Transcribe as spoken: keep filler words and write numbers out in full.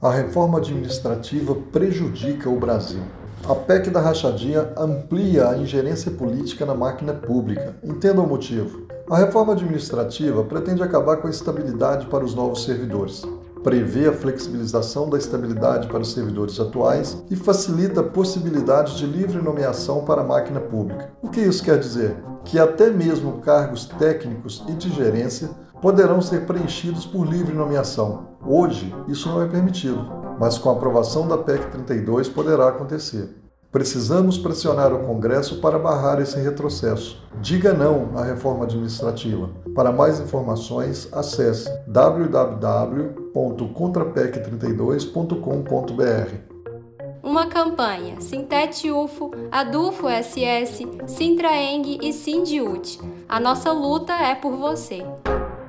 A reforma administrativa prejudica o Brasil. A P E C da rachadinha amplia a ingerência política na máquina pública. Entenda o motivo. A reforma administrativa pretende acabar com a estabilidade para os novos servidores. Prevê a flexibilização da estabilidade para os servidores atuais e facilita a possibilidade de livre nomeação para a máquina pública. O que isso quer dizer? Que até mesmo cargos técnicos e de gerência poderão ser preenchidos por livre nomeação. Hoje, isso não é permitido, mas com a aprovação da P E C trinta e dois poderá acontecer. Precisamos pressionar o Congresso para barrar esse retrocesso. Diga não à reforma administrativa. Para mais informações, acesse w w w ponto contra p e c trinta e dois ponto com ponto b r. Uma campanha Sintete U F O, Adufo S S, Sintraeng e Sindiut. A nossa luta é por você.